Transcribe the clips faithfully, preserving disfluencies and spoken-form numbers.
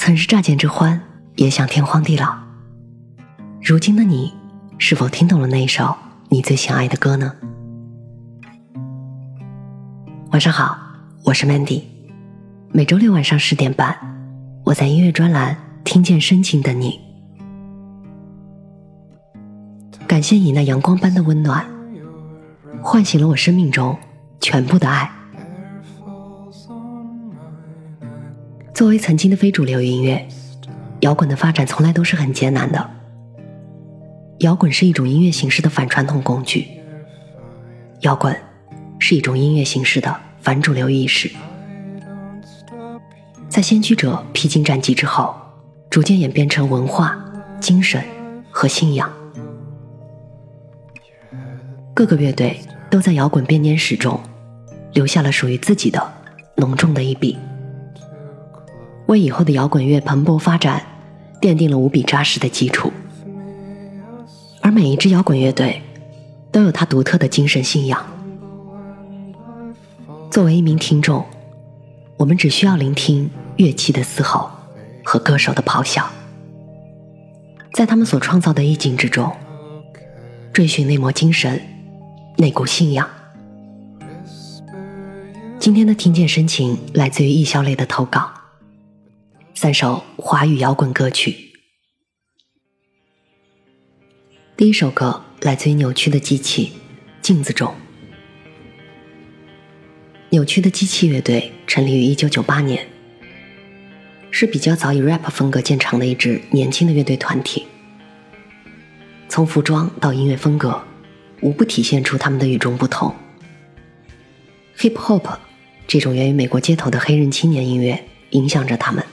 曾是乍见之欢，也想天荒地老。如今的你，是否听懂了那一首你最想爱的歌呢？晚上好，我是 Mandy。 每周六晚上十点半，我在音乐专栏听见深情的你。感谢你那阳光般的温暖，唤醒了我生命中全部的爱。作为曾经的非主流音乐，摇滚的发展从来都是很艰难的。摇滚是一种音乐形式的反传统工具，摇滚是一种音乐形式的反主流意识。在先驱者披荆斩棘之后，逐渐演变成文化、精神和信仰。各个乐队都在摇滚编年史中留下了属于自己的浓重的一笔，为以后的摇滚乐蓬勃发展奠定了无比扎实的基础。而每一支摇滚乐队都有它独特的精神信仰。作为一名听众，我们只需要聆听乐器的嘶吼和歌手的咆哮，在他们所创造的意境之中追寻那抹精神，那股信仰。今天的听见深情来自于易笑类的投稿，三首华语摇滚歌曲。第一首歌来自于扭曲的机器，镜子中。扭曲的机器乐队成立于一九九八年，是比较早以 rap 风格见长的一支年轻的乐队团体。从服装到音乐风格，无不体现出他们的与众不同。Hip Hop 这种源于美国街头的黑人青年音乐影响着他们，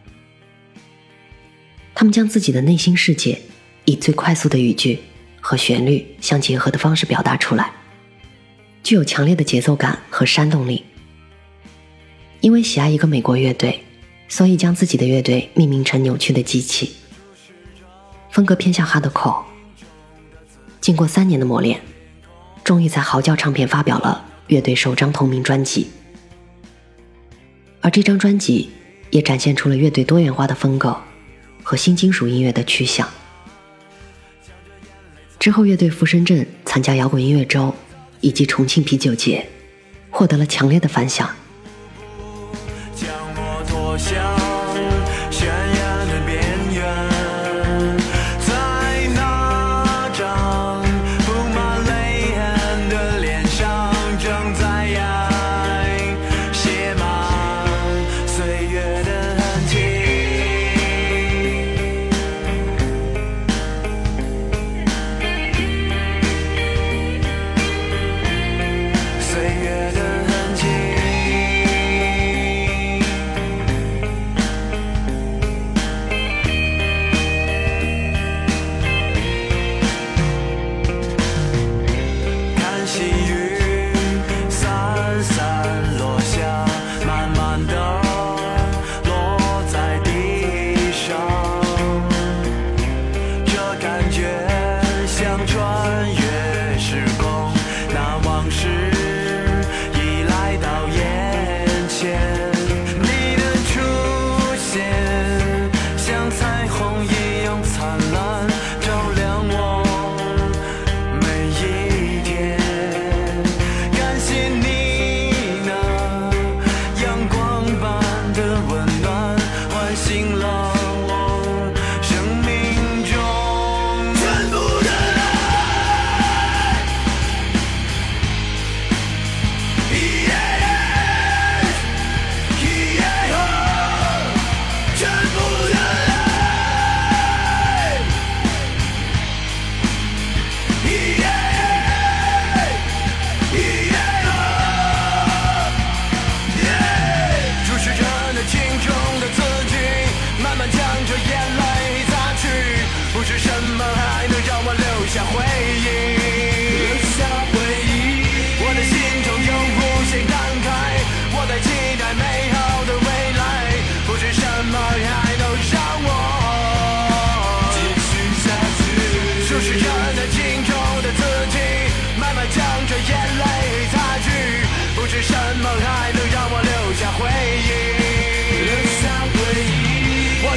他们将自己的内心世界以最快速的语句和旋律相结合的方式表达出来，具有强烈的节奏感和煽动力。因为喜爱一个美国乐队，所以将自己的乐队命名成扭曲的机器，风格偏向 hardcore。 经过三年的磨练，终于在嚎叫唱片发表了乐队首张同名专辑，而这张专辑也展现出了乐队多元化的风格和新金属音乐的趋向。之后乐队附身镇参加摇滚音乐周以及重庆啤酒节，获得了强烈的反响。 将我拖向悬崖的边缘，在那张布满泪痕的脸上，正在写满岁月的痕迹。什么还能让我留下回忆？留下回忆。我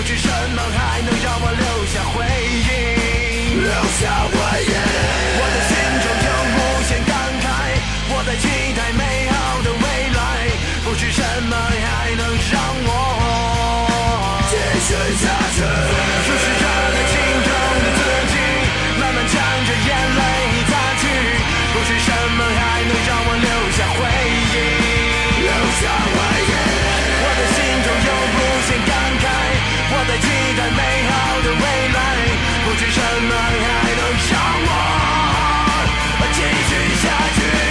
知什么还能让我留下回忆，留下回忆。我的心中有无限感慨，我在期待美好的未来，不知什么还能让我继续下去。注视着那镜中的自己，慢慢将这眼泪擦去，不知什么还能让我留下回忆，留下回忆。我的心中有无限感慨，我在期待美好的未来，不知什么还能让我继续下去。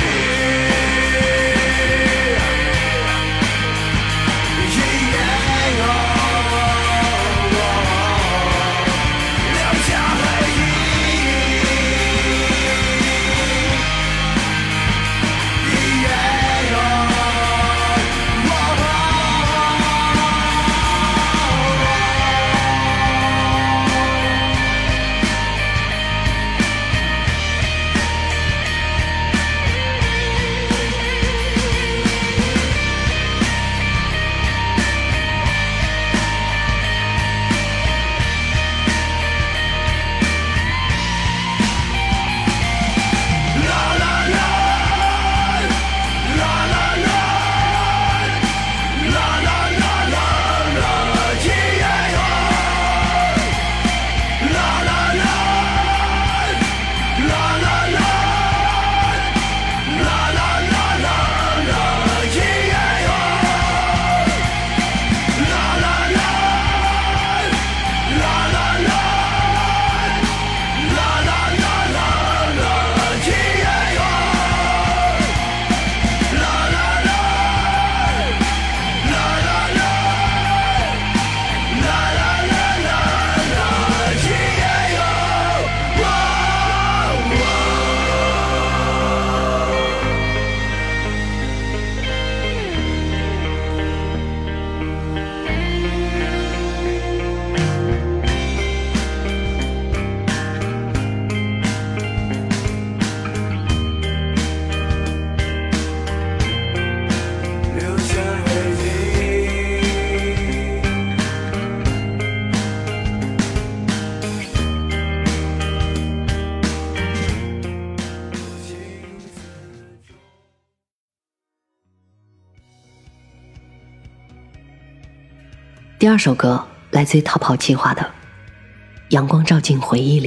第二首歌来自于逃跑计划的《阳光照进回忆里》。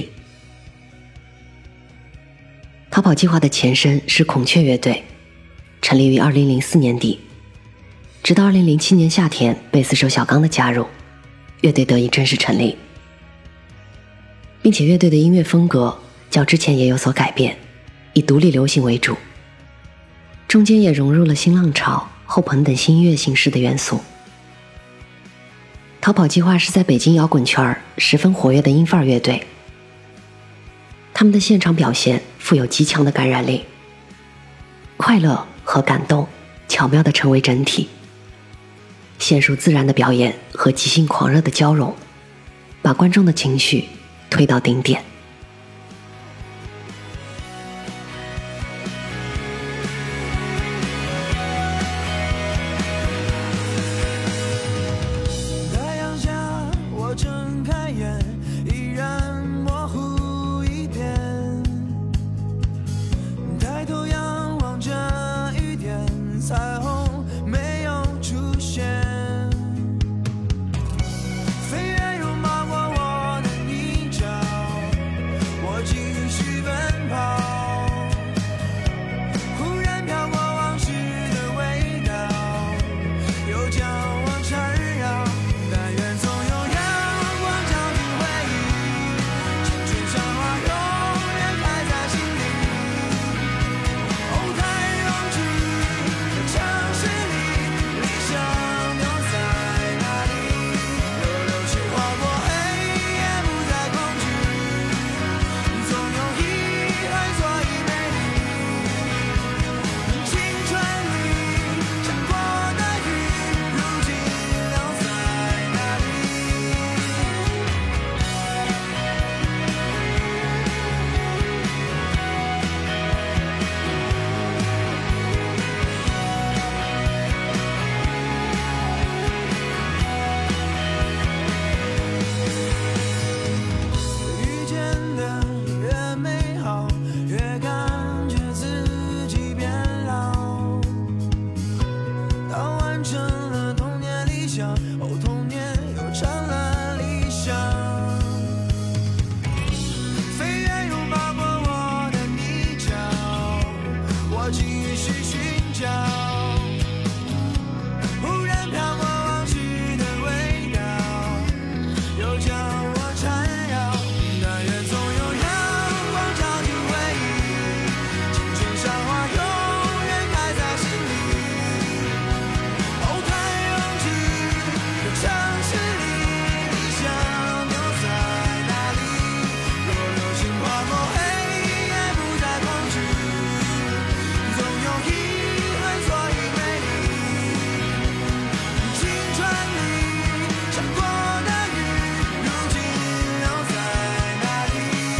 逃跑计划的前身是孔雀乐队，成立于二零零四年底，直到二零零七年夏天贝斯手小刚的加入，乐队得以正式成立，并且乐队的音乐风格较之前也有所改变，以独立流行为主，中间也融入了新浪潮、后朋等新音乐形式的元素。逃跑计划是在北京摇滚圈十分活跃的音范儿乐队，他们的现场表现富有极强的感染力，快乐和感动巧妙地成为整体，娴熟自然的表演和即兴狂热的交融，把观众的情绪推到顶点。 哦，太拥挤的城角，忽然飘过往昔的味道，又将我缠绕。但愿总有阳光照进回忆，青春像花永远开在心里。哦，太拥挤的城市里，理想留在哪里？若流星划过黑夜，不再恐惧，总有遗憾，所以美丽。青春里闪过的雨，如今留在哪里？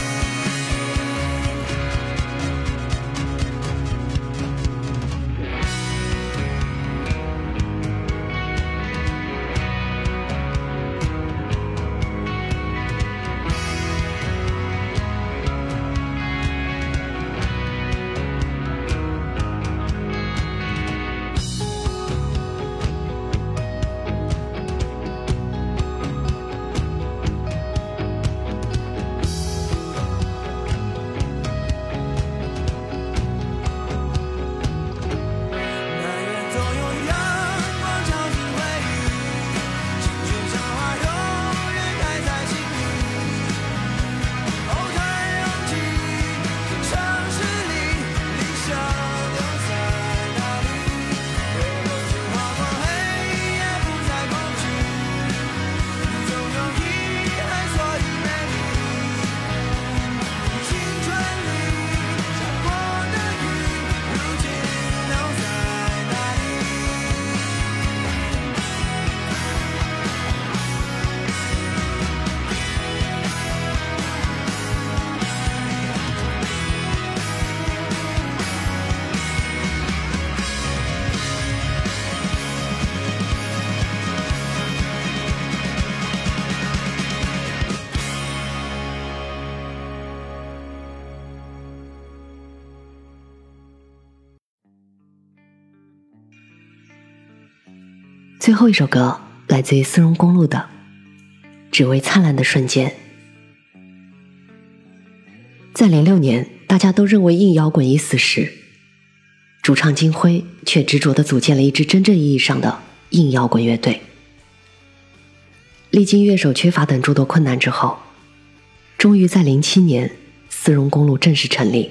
但愿总有阳光照进回忆，青春像花永远开在心里。哦，太拥挤的城市里，理想留在哪里？若流星划过黑夜，不再恐惧，总有遗憾，所以美丽。青春里闪过的雨，如今留在哪里？ 最后一首歌来自于丝绒公路的《只为灿烂的瞬间》。在零六年，大家都认为硬摇滚已死时，主唱金辉却执着地组建了一支真正意义上的硬摇滚乐队。历经乐手缺乏等诸多困难之后，终于在零七年，丝绒公路正式成立。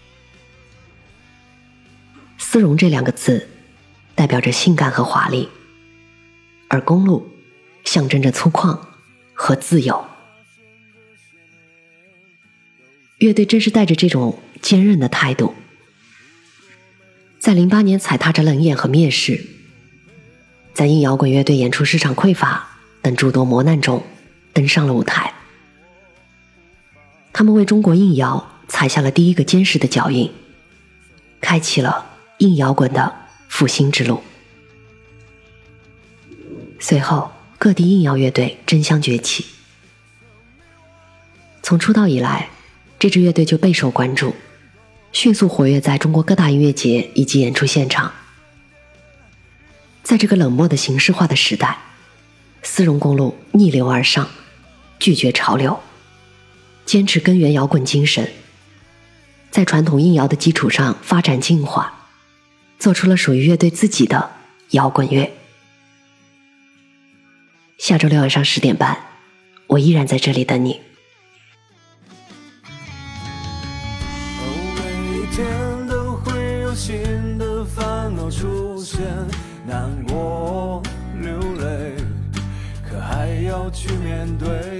丝绒这两个字代表着性感和华丽，而公路象征着粗犷和自由。乐队正是带着这种坚韧的态度，在零八年踩踏着冷眼和蔑视，在硬摇滚乐队演出市场匮乏等诸多磨难中登上了舞台。他们为中国硬摇踩下了第一个坚实的脚印，开启了硬摇滚的复兴之路。随后，各地硬摇乐队争相崛起。从出道以来，这支乐队就备受关注，迅速活跃在中国各大音乐节以及演出现场。在这个冷漠的形式化的时代，丝绒公路逆流而上，拒绝潮流，坚持根源摇滚精神，在传统硬摇的基础上发展进化，做出了属于乐队自己的摇滚乐。下周六晚上十点半，我依然在这里等你。 每一天都会有新的烦恼出现，难过流泪，可还要去面对。